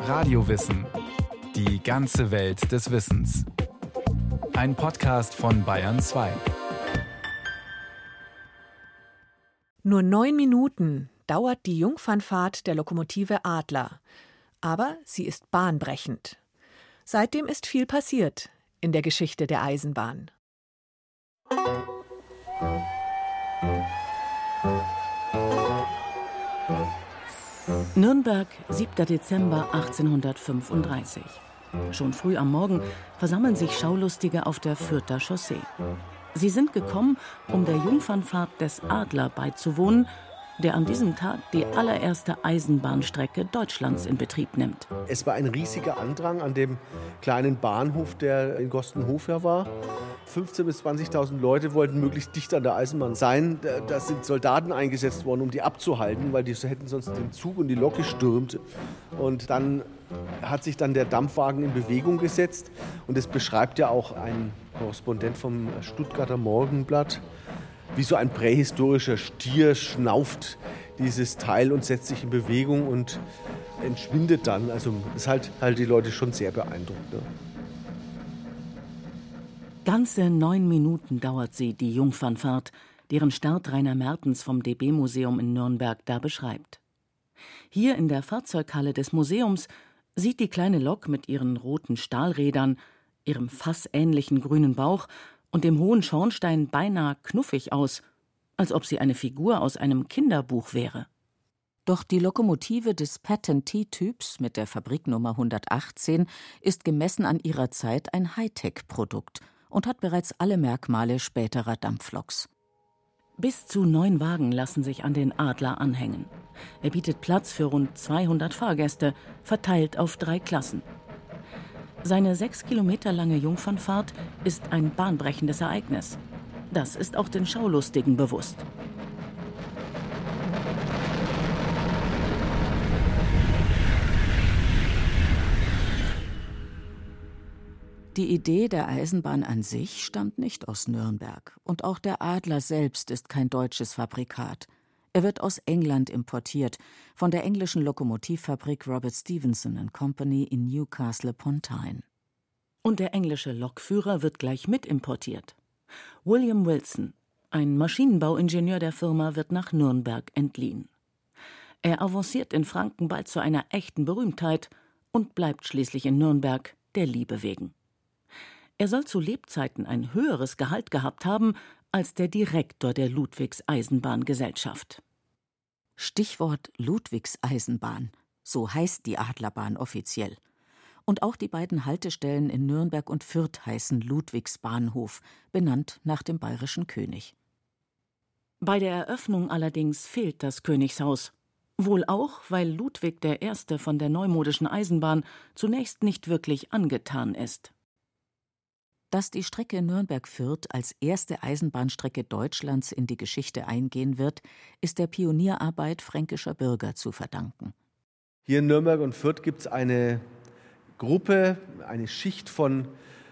Radiowissen. Die ganze Welt des Wissens. Ein Podcast von Bayern 2. Nur 9 Minuten dauert die Jungfernfahrt der Lokomotive Adler. Aber sie ist bahnbrechend. Seitdem ist viel passiert in der Geschichte der Eisenbahn. Nürnberg, 7. Dezember 1835. Schon früh am Morgen versammeln sich Schaulustige auf der Fürther Chaussee. Sie sind gekommen, um der Jungfernfahrt des Adler beizuwohnen, der an diesem Tag die allererste Eisenbahnstrecke Deutschlands in Betrieb nimmt. Es war ein riesiger Andrang an dem kleinen Bahnhof, der in Gostenhof war. 15.000 bis 20.000 Leute wollten möglichst dicht an der Eisenbahn sein. Da sind Soldaten eingesetzt worden, um die abzuhalten, weil die hätten sonst den Zug und die Lok gestürmt. Und dann hat sich dann der Dampfwagen in Bewegung gesetzt. Und das beschreibt ja auch ein Korrespondent vom Stuttgarter Morgenblatt. Wie so ein prähistorischer Stier schnauft dieses Teil und setzt sich in Bewegung und entschwindet dann. Also das hat die Leute schon sehr beeindruckt. Ne? Ganze 9 Minuten dauert sie, die Jungfernfahrt, deren Start Rainer Mertens vom DB-Museum in Nürnberg da beschreibt. Hier in der Fahrzeughalle des Museums sieht die kleine Lok mit ihren roten Stahlrädern, ihrem fassähnlichen grünen Bauch und dem hohen Schornstein beinahe knuffig aus, als ob sie eine Figur aus einem Kinderbuch wäre. Doch die Lokomotive des Patent-T-Typs mit der Fabriknummer 118 ist gemessen an ihrer Zeit ein Hightech-Produkt und hat bereits alle Merkmale späterer Dampfloks. Bis zu 9 Wagen lassen sich an den Adler anhängen. Er bietet Platz für rund 200 Fahrgäste, verteilt auf 3 Klassen. Seine 6 Kilometer lange Jungfernfahrt ist ein bahnbrechendes Ereignis. Das ist auch den Schaulustigen bewusst. Die Idee der Eisenbahn an sich stammt nicht aus Nürnberg. Und auch der Adler selbst ist kein deutsches Fabrikat. Er wird aus England importiert, von der englischen Lokomotivfabrik Robert Stephenson & Company in Newcastle upon Tyne. Und der englische Lokführer wird gleich mit importiert. William Wilson, ein Maschinenbauingenieur der Firma, wird nach Nürnberg entliehen. Er avanciert in Franken bald zu einer echten Berühmtheit und bleibt schließlich in Nürnberg der Liebe wegen. Er soll zu Lebzeiten ein höheres Gehalt gehabt haben als der Direktor der Ludwigs-Eisenbahn-Gesellschaft. Stichwort Ludwigs-Eisenbahn, so heißt die Adlerbahn offiziell. Und auch die beiden Haltestellen in Nürnberg und Fürth heißen Ludwigsbahnhof, benannt nach dem bayerischen König. Bei der Eröffnung allerdings fehlt das Königshaus. Wohl auch, weil Ludwig I. von der neumodischen Eisenbahn zunächst nicht wirklich angetan ist. Dass die Strecke Nürnberg-Fürth als erste Eisenbahnstrecke Deutschlands in die Geschichte eingehen wird, ist der Pionierarbeit fränkischer Bürger zu verdanken. Hier in Nürnberg und Fürth gibt es eine Gruppe, eine Schicht von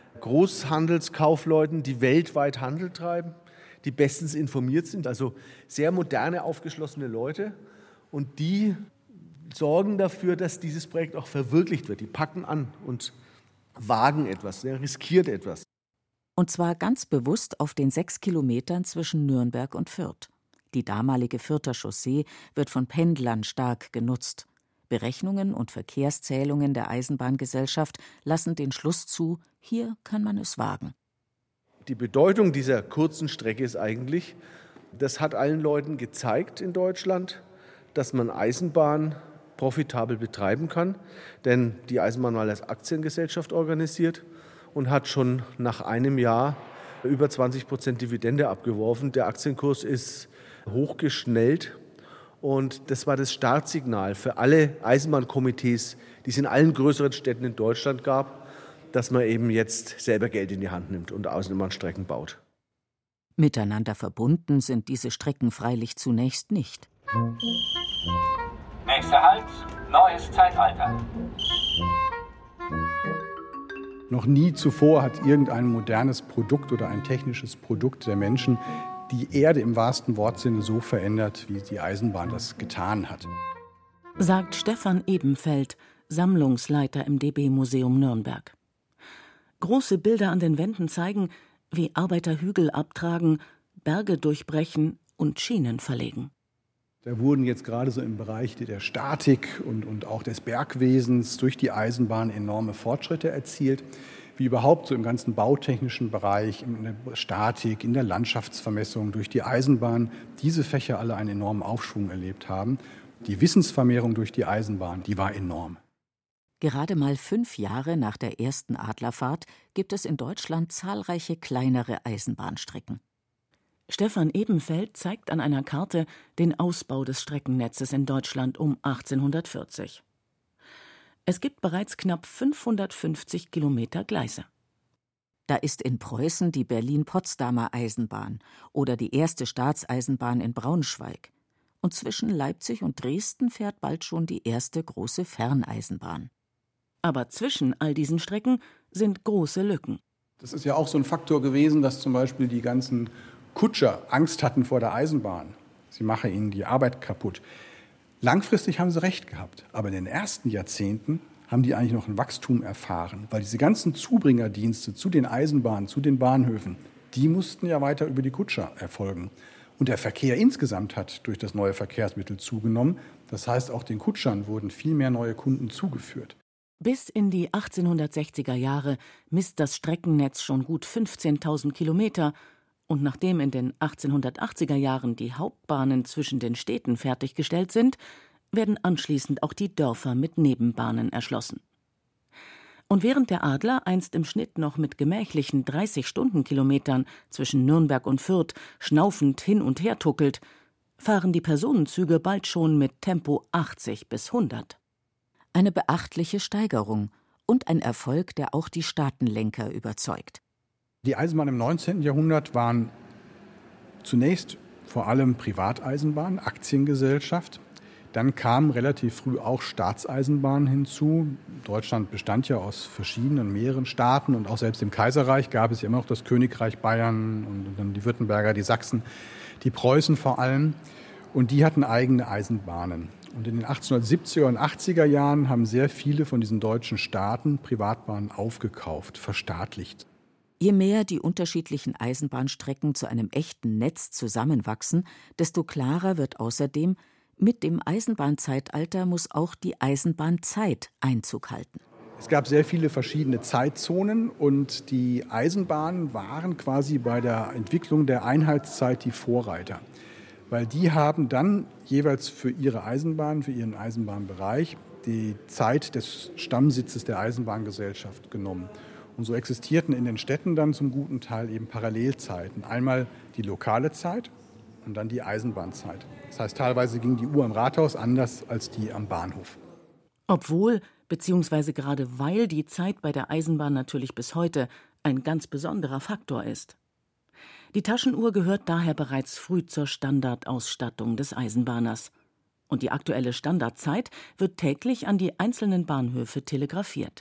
Großhandelskaufleuten, die weltweit Handel treiben, die bestens informiert sind, also sehr moderne, aufgeschlossene Leute. Und die sorgen dafür, dass dieses Projekt auch verwirklicht wird. Die packen an und wagen etwas, riskiert etwas. Und zwar ganz bewusst auf den 6 Kilometern zwischen Nürnberg und Fürth. Die damalige Fürther Chaussee wird von Pendlern stark genutzt. Berechnungen und Verkehrszählungen der Eisenbahngesellschaft lassen den Schluss zu, hier kann man es wagen. Die Bedeutung dieser kurzen Strecke ist eigentlich, das hat allen Leuten gezeigt in Deutschland, dass man Eisenbahn profitabel betreiben kann. Denn die Eisenbahn war als Aktiengesellschaft organisiert und hat schon nach einem Jahr über 20% Dividende abgeworfen. Der Aktienkurs ist hochgeschnellt. Und das war das Startsignal für alle Eisenbahnkomitees, die es in allen größeren Städten in Deutschland gab, dass man eben jetzt selber Geld in die Hand nimmt und Eisenbahnstrecken baut. Miteinander verbunden sind diese Strecken freilich zunächst nicht. Nächster Halt, neues Zeitalter. Noch nie zuvor hat irgendein modernes Produkt oder ein technisches Produkt der Menschen die Erde im wahrsten Wortsinne so verändert, wie die Eisenbahn das getan hat. Sagt Stefan Ebenfeld, Sammlungsleiter im DB-Museum Nürnberg. Große Bilder an den Wänden zeigen, wie Arbeiter Hügel abtragen, Berge durchbrechen und Schienen verlegen. Da wurden jetzt gerade so im Bereich der Statik und auch des Bergwesens durch die Eisenbahn enorme Fortschritte erzielt. Wie überhaupt so im ganzen bautechnischen Bereich, in der Statik, in der Landschaftsvermessung durch die Eisenbahn, diese Fächer alle einen enormen Aufschwung erlebt haben. Die Wissensvermehrung durch die Eisenbahn, die war enorm. Gerade mal 5 Jahre nach der ersten Adlerfahrt gibt es in Deutschland zahlreiche kleinere Eisenbahnstrecken. Stefan Ebenfeld zeigt an einer Karte den Ausbau des Streckennetzes in Deutschland um 1840. Es gibt bereits knapp 550 Kilometer Gleise. Da ist in Preußen die Berlin-Potsdamer Eisenbahn oder die erste Staatseisenbahn in Braunschweig. Und zwischen Leipzig und Dresden fährt bald schon die erste große Ferneisenbahn. Aber zwischen all diesen Strecken sind große Lücken. Das ist ja auch so ein Faktor gewesen, dass zum Beispiel die ganzen Kutscher Angst hatten vor der Eisenbahn. Sie mache ihnen die Arbeit kaputt. Langfristig haben sie recht gehabt, aber in den ersten Jahrzehnten haben die eigentlich noch ein Wachstum erfahren, weil diese ganzen Zubringerdienste zu den Eisenbahnen, zu den Bahnhöfen, die mussten ja weiter über die Kutscher erfolgen. Und der Verkehr insgesamt hat durch das neue Verkehrsmittel zugenommen. Das heißt, auch den Kutschern wurden viel mehr neue Kunden zugeführt. Bis in die 1860er Jahre misst das Streckennetz schon gut 15.000 Kilometer. Und nachdem in den 1880er Jahren die Hauptbahnen zwischen den Städten fertiggestellt sind, werden anschließend auch die Dörfer mit Nebenbahnen erschlossen. Und während der Adler einst im Schnitt noch mit gemächlichen 30 Stundenkilometern zwischen Nürnberg und Fürth schnaufend hin und her tuckelt, fahren die Personenzüge bald schon mit Tempo 80 bis 100. Eine beachtliche Steigerung und ein Erfolg, der auch die Staatenlenker überzeugt. Die Eisenbahnen im 19. Jahrhundert waren zunächst vor allem Privateisenbahnen, Aktiengesellschaft. Dann kamen relativ früh auch Staatseisenbahnen hinzu. Deutschland bestand ja aus mehreren Staaten und auch selbst im Kaiserreich gab es ja immer noch das Königreich Bayern und dann die Württemberger, die Sachsen, die Preußen vor allem. Und die hatten eigene Eisenbahnen. Und in den 1870er und 80er Jahren haben sehr viele von diesen deutschen Staaten Privatbahnen aufgekauft, verstaatlicht. Je mehr die unterschiedlichen Eisenbahnstrecken zu einem echten Netz zusammenwachsen, desto klarer wird außerdem, mit dem Eisenbahnzeitalter muss auch die Eisenbahnzeit Einzug halten. Es gab sehr viele verschiedene Zeitzonen und die Eisenbahnen waren quasi bei der Entwicklung der Einheitszeit die Vorreiter. Weil die haben dann jeweils für ihre Eisenbahn, für ihren Eisenbahnbereich die Zeit des Stammsitzes der Eisenbahngesellschaft genommen. Und so existierten in den Städten dann zum guten Teil eben Parallelzeiten. Einmal die lokale Zeit und dann die Eisenbahnzeit. Das heißt, teilweise ging die Uhr am Rathaus anders als die am Bahnhof. Obwohl, beziehungsweise gerade weil die Zeit bei der Eisenbahn natürlich bis heute ein ganz besonderer Faktor ist. Die Taschenuhr gehört daher bereits früh zur Standardausstattung des Eisenbahners. Und die aktuelle Standardzeit wird täglich an die einzelnen Bahnhöfe telegrafiert.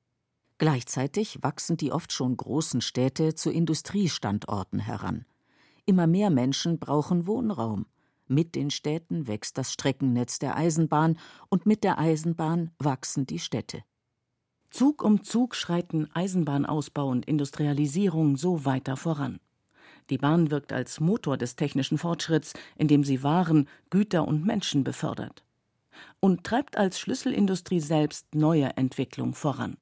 Gleichzeitig wachsen die oft schon großen Städte zu Industriestandorten heran. Immer mehr Menschen brauchen Wohnraum. Mit den Städten wächst das Streckennetz der Eisenbahn und mit der Eisenbahn wachsen die Städte. Zug um Zug schreiten Eisenbahnausbau und Industrialisierung so weiter voran. Die Bahn wirkt als Motor des technischen Fortschritts, indem sie Waren, Güter und Menschen befördert. Und treibt als Schlüsselindustrie selbst neue Entwicklung voran.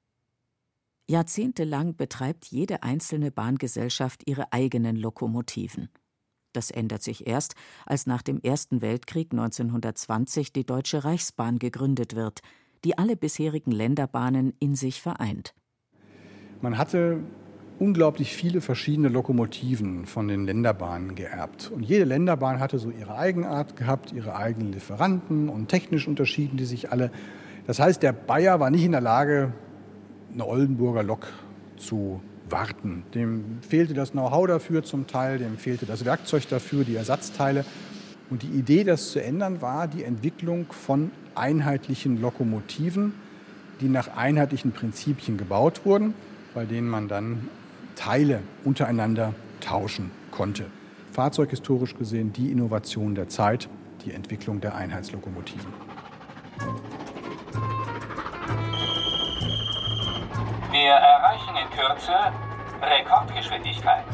Jahrzehntelang betreibt jede einzelne Bahngesellschaft ihre eigenen Lokomotiven. Das ändert sich erst, als nach dem Ersten Weltkrieg 1920 die Deutsche Reichsbahn gegründet wird, die alle bisherigen Länderbahnen in sich vereint. Man hatte unglaublich viele verschiedene Lokomotiven von den Länderbahnen geerbt. Und jede Länderbahn hatte so ihre Eigenart gehabt, ihre eigenen Lieferanten und technisch unterschieden die sich alle. Das heißt, der Bayer war nicht in der Lage, eine Oldenburger Lok zu warten. Dem fehlte das Know-how dafür zum Teil, dem fehlte das Werkzeug dafür, die Ersatzteile. Und die Idee, das zu ändern, war die Entwicklung von einheitlichen Lokomotiven, die nach einheitlichen Prinzipien gebaut wurden, bei denen man dann Teile untereinander tauschen konnte. Fahrzeughistorisch gesehen die Innovation der Zeit, die Entwicklung der Einheitslokomotiven. Wir erreichen in Kürze Rekordgeschwindigkeit.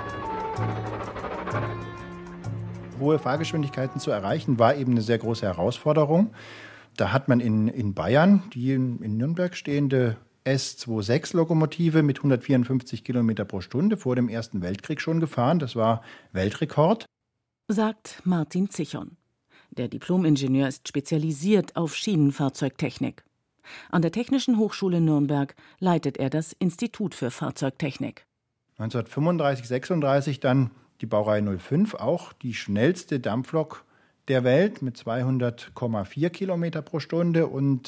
Hohe Fahrgeschwindigkeiten zu erreichen, war eben eine sehr große Herausforderung. Da hat man in Bayern die in Nürnberg stehende S26-Lokomotive mit 154 Kilometer pro Stunde vor dem Ersten Weltkrieg schon gefahren. Das war Weltrekord. Sagt Martin Zichon. Der Diplom-Ingenieur ist spezialisiert auf Schienenfahrzeugtechnik. An der Technischen Hochschule Nürnberg leitet er das Institut für Fahrzeugtechnik. 1935, 36 dann die Baureihe 05, auch die schnellste Dampflok der Welt mit 200,4 Kilometer pro Stunde. Und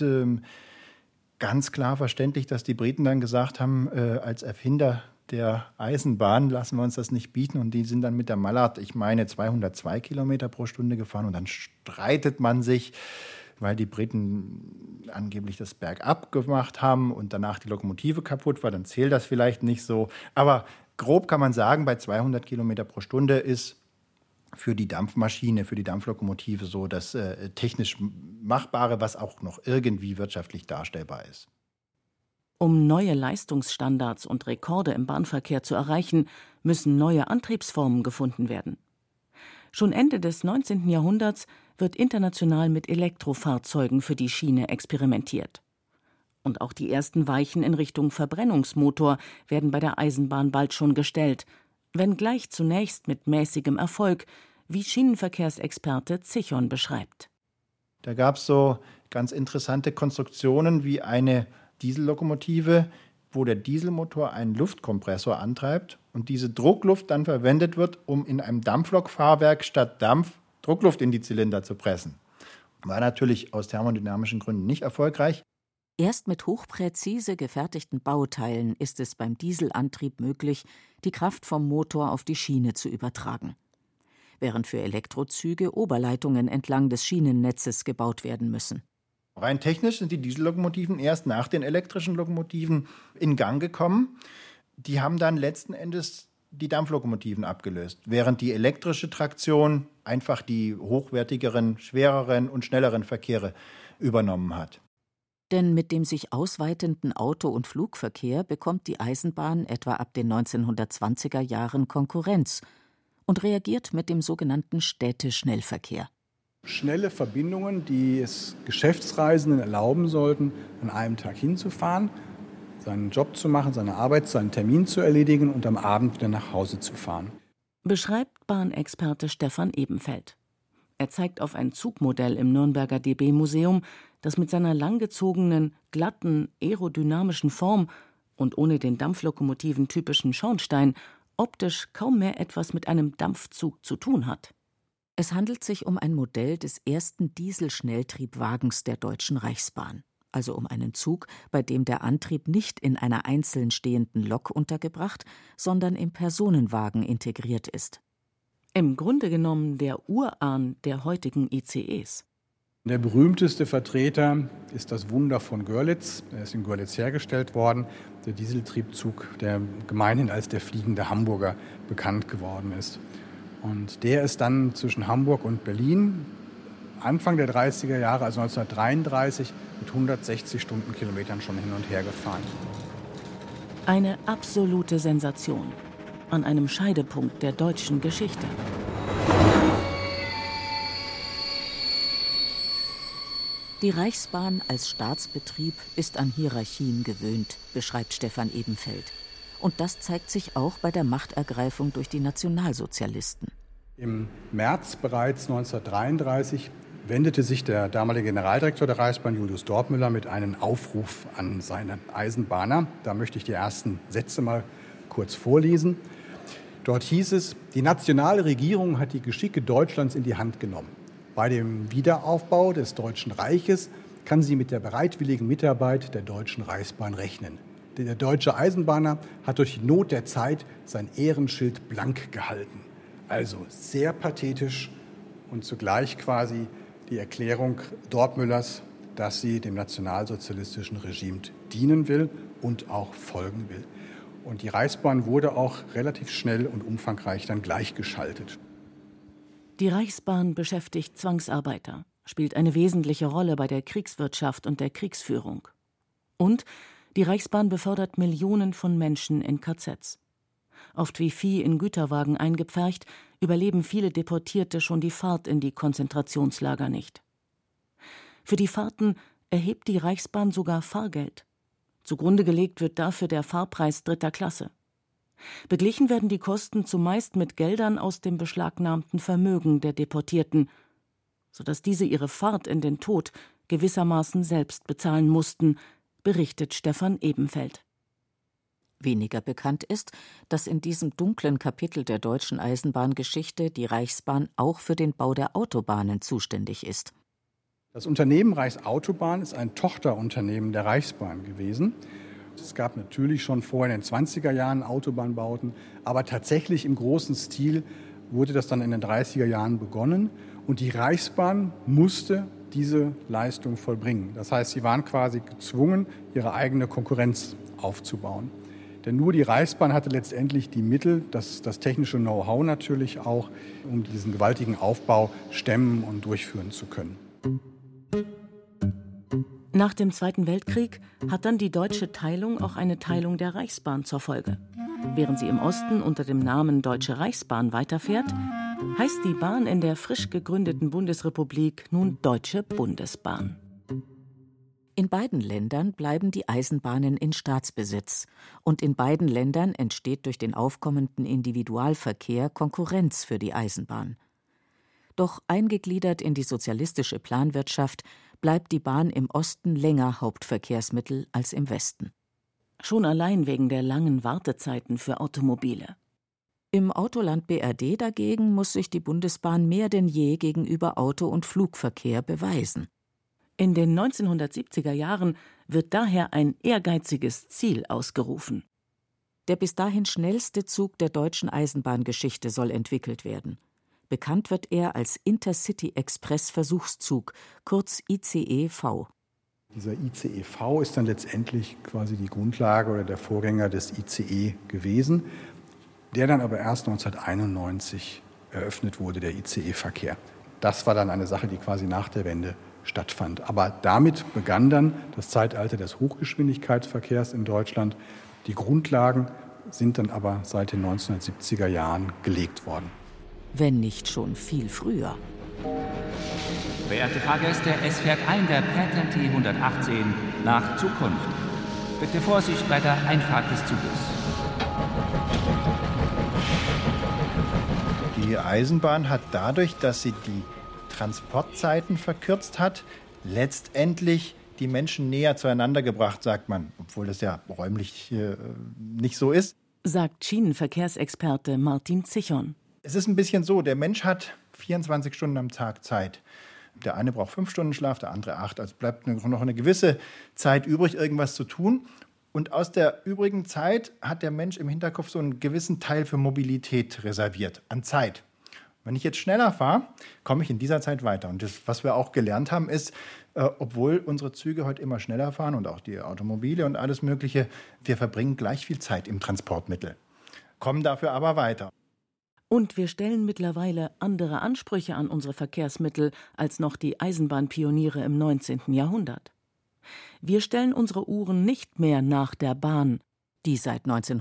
ganz klar verständlich, dass die Briten dann gesagt haben, als Erfinder der Eisenbahn lassen wir uns das nicht bieten. Und die sind dann mit der Mallard, 202 Kilometer pro Stunde gefahren. Und dann streitet man sich, weil die Briten angeblich das bergab gemacht haben und danach die Lokomotive kaputt war. Dann zählt das vielleicht nicht so. Aber grob kann man sagen, bei 200 Kilometer pro Stunde ist für die Dampfmaschine, für die Dampflokomotive so das technisch Machbare, was auch noch irgendwie wirtschaftlich darstellbar ist. Um neue Leistungsstandards und Rekorde im Bahnverkehr zu erreichen, müssen neue Antriebsformen gefunden werden. Schon Ende des 19. Jahrhunderts wird international mit Elektrofahrzeugen für die Schiene experimentiert. Und auch die ersten Weichen in Richtung Verbrennungsmotor werden bei der Eisenbahn bald schon gestellt, wenngleich zunächst mit mäßigem Erfolg, wie Schienenverkehrsexperte Zichon beschreibt. Da gab es so ganz interessante Konstruktionen wie eine Diesellokomotive, wo der Dieselmotor einen Luftkompressor antreibt und diese Druckluft dann verwendet wird, um in einem Dampflokfahrwerk statt Dampf Druckluft in die Zylinder zu pressen. War natürlich aus thermodynamischen Gründen nicht erfolgreich. Erst mit hochpräzise gefertigten Bauteilen ist es beim Dieselantrieb möglich, die Kraft vom Motor auf die Schiene zu übertragen. Während für Elektrozüge Oberleitungen entlang des Schienennetzes gebaut werden müssen. Rein technisch sind die Diesellokomotiven erst nach den elektrischen Lokomotiven in Gang gekommen. Die haben dann letzten Endes die Dampflokomotiven abgelöst, während die elektrische Traktion einfach die hochwertigeren, schwereren und schnelleren Verkehre übernommen hat. Denn mit dem sich ausweitenden Auto- und Flugverkehr bekommt die Eisenbahn etwa ab den 1920er Jahren Konkurrenz und reagiert mit dem sogenannten Städteschnellverkehr. Schnelle Verbindungen, die es Geschäftsreisenden erlauben sollten, an einem Tag hinzufahren, seinen Job zu machen, seine Arbeit, seinen Termin zu erledigen und am Abend wieder nach Hause zu fahren. Beschreibt Bahnexperte Stefan Ebenfeld. Er zeigt auf ein Zugmodell im Nürnberger DB-Museum, das mit seiner langgezogenen, glatten, aerodynamischen Form und ohne den Dampflokomotiven typischen Schornstein optisch kaum mehr etwas mit einem Dampfzug zu tun hat. Es handelt sich um ein Modell des ersten Dieselschnelltriebwagens der Deutschen Reichsbahn, also um einen Zug, bei dem der Antrieb nicht in einer einzeln stehenden Lok untergebracht, sondern im Personenwagen integriert ist. Im Grunde genommen der Urahn der heutigen ICEs. Der berühmteste Vertreter ist das Wunder von Görlitz. Er ist in Görlitz hergestellt worden. Der Dieseltriebzug, der gemeinhin als der fliegende Hamburger bekannt geworden ist. Und der ist dann zwischen Hamburg und Berlin Anfang der 30er Jahre, also 1933, mit 160 Stundenkilometern schon hin und her gefahren. Eine absolute Sensation an einem Scheidepunkt der deutschen Geschichte. Die Reichsbahn als Staatsbetrieb ist an Hierarchien gewöhnt, beschreibt Stefan Ebenfeld. Und das zeigt sich auch bei der Machtergreifung durch die Nationalsozialisten. Im März bereits 1933 wendete sich der damalige Generaldirektor der Reichsbahn, Julius Dorpmüller, mit einem Aufruf an seine Eisenbahner. Da möchte ich die ersten Sätze mal kurz vorlesen. Dort hieß es: Die nationale Regierung hat die Geschicke Deutschlands in die Hand genommen. Bei dem Wiederaufbau des Deutschen Reiches kann sie mit der bereitwilligen Mitarbeit der Deutschen Reichsbahn rechnen. Der deutsche Eisenbahner hat durch die Not der Zeit sein Ehrenschild blank gehalten. Also sehr pathetisch und zugleich quasi die Erklärung Dorpmüllers, dass sie dem nationalsozialistischen Regime dienen will und auch folgen will. Und die Reichsbahn wurde auch relativ schnell und umfangreich dann gleichgeschaltet. Die Reichsbahn beschäftigt Zwangsarbeiter, spielt eine wesentliche Rolle bei der Kriegswirtschaft und der Kriegsführung. Und Die Reichsbahn befördert Millionen von Menschen in KZs. Oft wie Vieh in Güterwagen eingepfercht, überleben viele Deportierte schon die Fahrt in die Konzentrationslager nicht. Für die Fahrten erhebt die Reichsbahn sogar Fahrgeld. Zugrunde gelegt wird dafür der Fahrpreis 3. Klasse. Beglichen werden die Kosten zumeist mit Geldern aus dem beschlagnahmten Vermögen der Deportierten, sodass diese ihre Fahrt in den Tod gewissermaßen selbst bezahlen mussten, berichtet Stefan Ebenfeld. Weniger bekannt ist, dass in diesem dunklen Kapitel der deutschen Eisenbahngeschichte die Reichsbahn auch für den Bau der Autobahnen zuständig ist. Das Unternehmen Reichsautobahn ist ein Tochterunternehmen der Reichsbahn gewesen. Es gab natürlich schon vorher in den 20er Jahren Autobahnbauten, aber tatsächlich im großen Stil wurde das dann in den 30er Jahren begonnen. Und die Reichsbahn musste diese Leistung vollbringen. Das heißt, sie waren quasi gezwungen, ihre eigene Konkurrenz aufzubauen. Denn nur die Reichsbahn hatte letztendlich die Mittel, das technische Know-how natürlich auch, um diesen gewaltigen Aufbau stemmen und durchführen zu können. Nach dem Zweiten Weltkrieg hat dann die deutsche Teilung auch eine Teilung der Reichsbahn zur Folge. Während sie im Osten unter dem Namen Deutsche Reichsbahn weiterfährt, heißt die Bahn in der frisch gegründeten Bundesrepublik nun Deutsche Bundesbahn. In beiden Ländern bleiben die Eisenbahnen in Staatsbesitz. Und in beiden Ländern entsteht durch den aufkommenden Individualverkehr Konkurrenz für die Eisenbahn. Doch eingegliedert in die sozialistische Planwirtschaft bleibt die Bahn im Osten länger Hauptverkehrsmittel als im Westen. Schon allein wegen der langen Wartezeiten für Automobile. Im Autoland BRD dagegen muss sich die Bundesbahn mehr denn je gegenüber Auto- und Flugverkehr beweisen. In den 1970er Jahren wird daher ein ehrgeiziges Ziel ausgerufen. Der bis dahin schnellste Zug der deutschen Eisenbahngeschichte soll entwickelt werden. Bekannt wird er als Intercity-Express-Versuchszug, kurz ICE-V. Dieser ICE-V ist dann letztendlich quasi die Grundlage oder der Vorgänger des ICE gewesen, der dann aber erst 1991 eröffnet wurde, der ICE-Verkehr. Das war dann eine Sache, die quasi nach der Wende stattfand. Aber damit begann dann das Zeitalter des Hochgeschwindigkeitsverkehrs in Deutschland. Die Grundlagen sind dann aber seit den 1970er Jahren gelegt worden. Wenn nicht schon viel früher. Verehrte Fahrgäste, es fährt ein der Patent 118 nach Zukunft. Bitte Vorsicht bei der Einfahrt des Zuges. Die Eisenbahn hat dadurch, dass sie die Transportzeiten verkürzt hat, letztendlich die Menschen näher zueinander gebracht, sagt man, obwohl das ja räumlich nicht so ist. Sagt Schienenverkehrsexperte Martin Zichon. Es ist ein bisschen so, der Mensch hat 24 Stunden am Tag Zeit. Der eine braucht 5 Stunden Schlaf, der andere 8. Also bleibt noch eine gewisse Zeit übrig, irgendwas zu tun. Und aus der übrigen Zeit hat der Mensch im Hinterkopf so einen gewissen Teil für Mobilität reserviert, an Zeit. Wenn ich jetzt schneller fahre, komme ich in dieser Zeit weiter. Und das, was wir auch gelernt haben, ist, obwohl unsere Züge heute immer schneller fahren und auch die Automobile und alles Mögliche, wir verbringen gleich viel Zeit im Transportmittel, kommen dafür aber weiter. Und wir stellen mittlerweile andere Ansprüche an unsere Verkehrsmittel als noch die Eisenbahnpioniere im 19. Jahrhundert. Wir stellen unsere Uhren nicht mehr nach der Bahn, die seit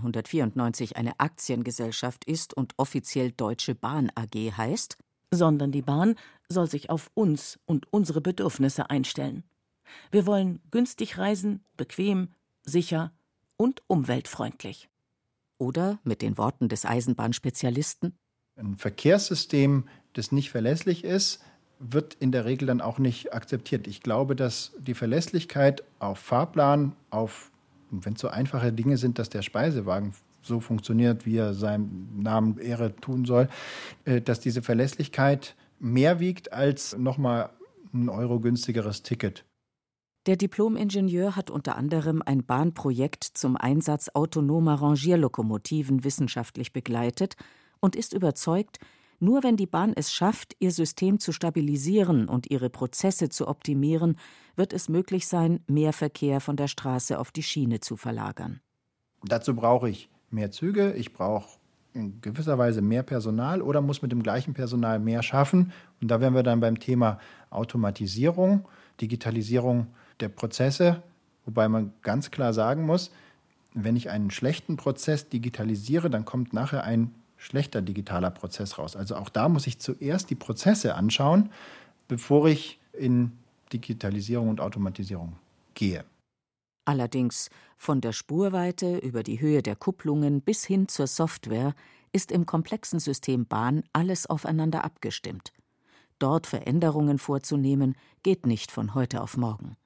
1994 eine Aktiengesellschaft ist und offiziell Deutsche Bahn AG heißt, sondern die Bahn soll sich auf uns und unsere Bedürfnisse einstellen. Wir wollen günstig reisen, bequem, sicher und umweltfreundlich. Oder mit den Worten des Eisenbahnspezialisten: Ein Verkehrssystem, das nicht verlässlich ist, wird in der Regel dann auch nicht akzeptiert. Ich glaube, dass die Verlässlichkeit auf Fahrplan, wenn es so einfache Dinge sind, dass der Speisewagen so funktioniert, wie er seinem Namen Ehre tun soll, dass diese Verlässlichkeit mehr wiegt als nochmal ein Euro günstigeres Ticket. Der Diplom-Ingenieur hat unter anderem ein Bahnprojekt zum Einsatz autonomer Rangierlokomotiven wissenschaftlich begleitet und ist überzeugt, nur wenn die Bahn es schafft, ihr System zu stabilisieren und ihre Prozesse zu optimieren, wird es möglich sein, mehr Verkehr von der Straße auf die Schiene zu verlagern. Dazu brauche ich mehr Züge, ich brauche in gewisser Weise mehr Personal oder muss mit dem gleichen Personal mehr schaffen. Und da wären wir dann beim Thema Automatisierung, Digitalisierung der Prozesse Wobei man ganz klar sagen muss, wenn ich einen schlechten Prozess digitalisiere, dann kommt nachher ein schlechter digitaler Prozess raus. Also auch da muss ich zuerst die Prozesse anschauen, bevor ich in Digitalisierung und Automatisierung gehe. Allerdings von der Spurweite über die Höhe der Kupplungen bis hin zur Software ist im komplexen System Bahn alles aufeinander abgestimmt. Dort Veränderungen vorzunehmen, geht nicht von heute auf morgen.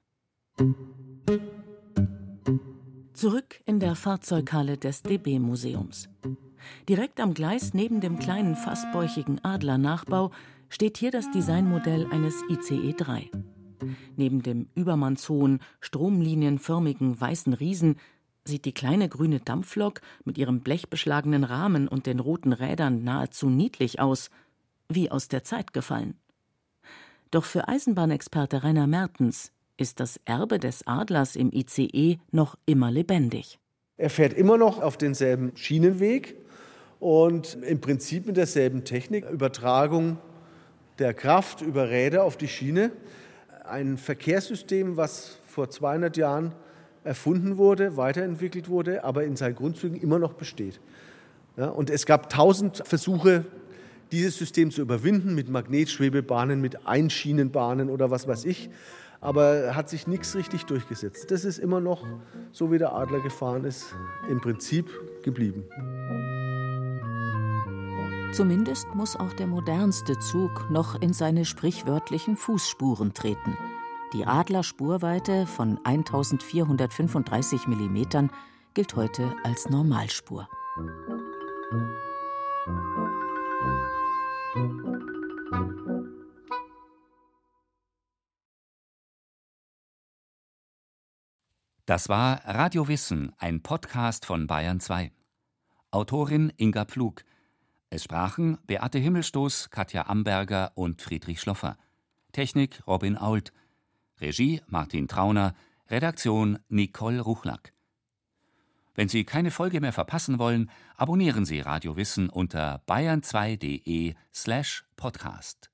Zurück in der Fahrzeughalle des DB-Museums. Direkt am Gleis neben dem kleinen fastbäuchigen Adler-Nachbau steht hier das Designmodell eines ICE 3. Neben dem übermannshohen, stromlinienförmigen weißen Riesen sieht die kleine grüne Dampflok mit ihrem blechbeschlagenen Rahmen und den roten Rädern nahezu niedlich aus, wie aus der Zeit gefallen. Doch für Eisenbahnexperte Rainer Mertens ist das Erbe des Adlers im ICE noch immer lebendig. Er fährt immer noch auf denselben Schienenweg und im Prinzip mit derselben Technik, Übertragung der Kraft über Räder auf die Schiene. Ein Verkehrssystem, was vor 200 Jahren erfunden wurde, weiterentwickelt wurde, aber in seinen Grundzügen immer noch besteht. Ja, und es gab 1000 Versuche, dieses System zu überwinden mit Magnetschwebebahnen, mit Einschienenbahnen oder was weiß ich. Aber hat sich nichts richtig durchgesetzt. Das ist immer noch, so wie der Adler gefahren ist, im Prinzip geblieben. Zumindest muss auch der modernste Zug noch in seine sprichwörtlichen Fußspuren treten. Die Adler-Spurweite von 1435 mm gilt heute als Normalspur. Das war Radio Wissen, ein Podcast von Bayern 2. Autorin Inga Pflug. Es sprachen Beate Himmelstoß, Katja Amberger und Friedrich Schloffer. Technik Robin Ault. Regie Martin Trauner. Redaktion Nicole Ruchlack. Wenn Sie keine Folge mehr verpassen wollen, abonnieren Sie Radio Wissen unter bayern2.de/podcast.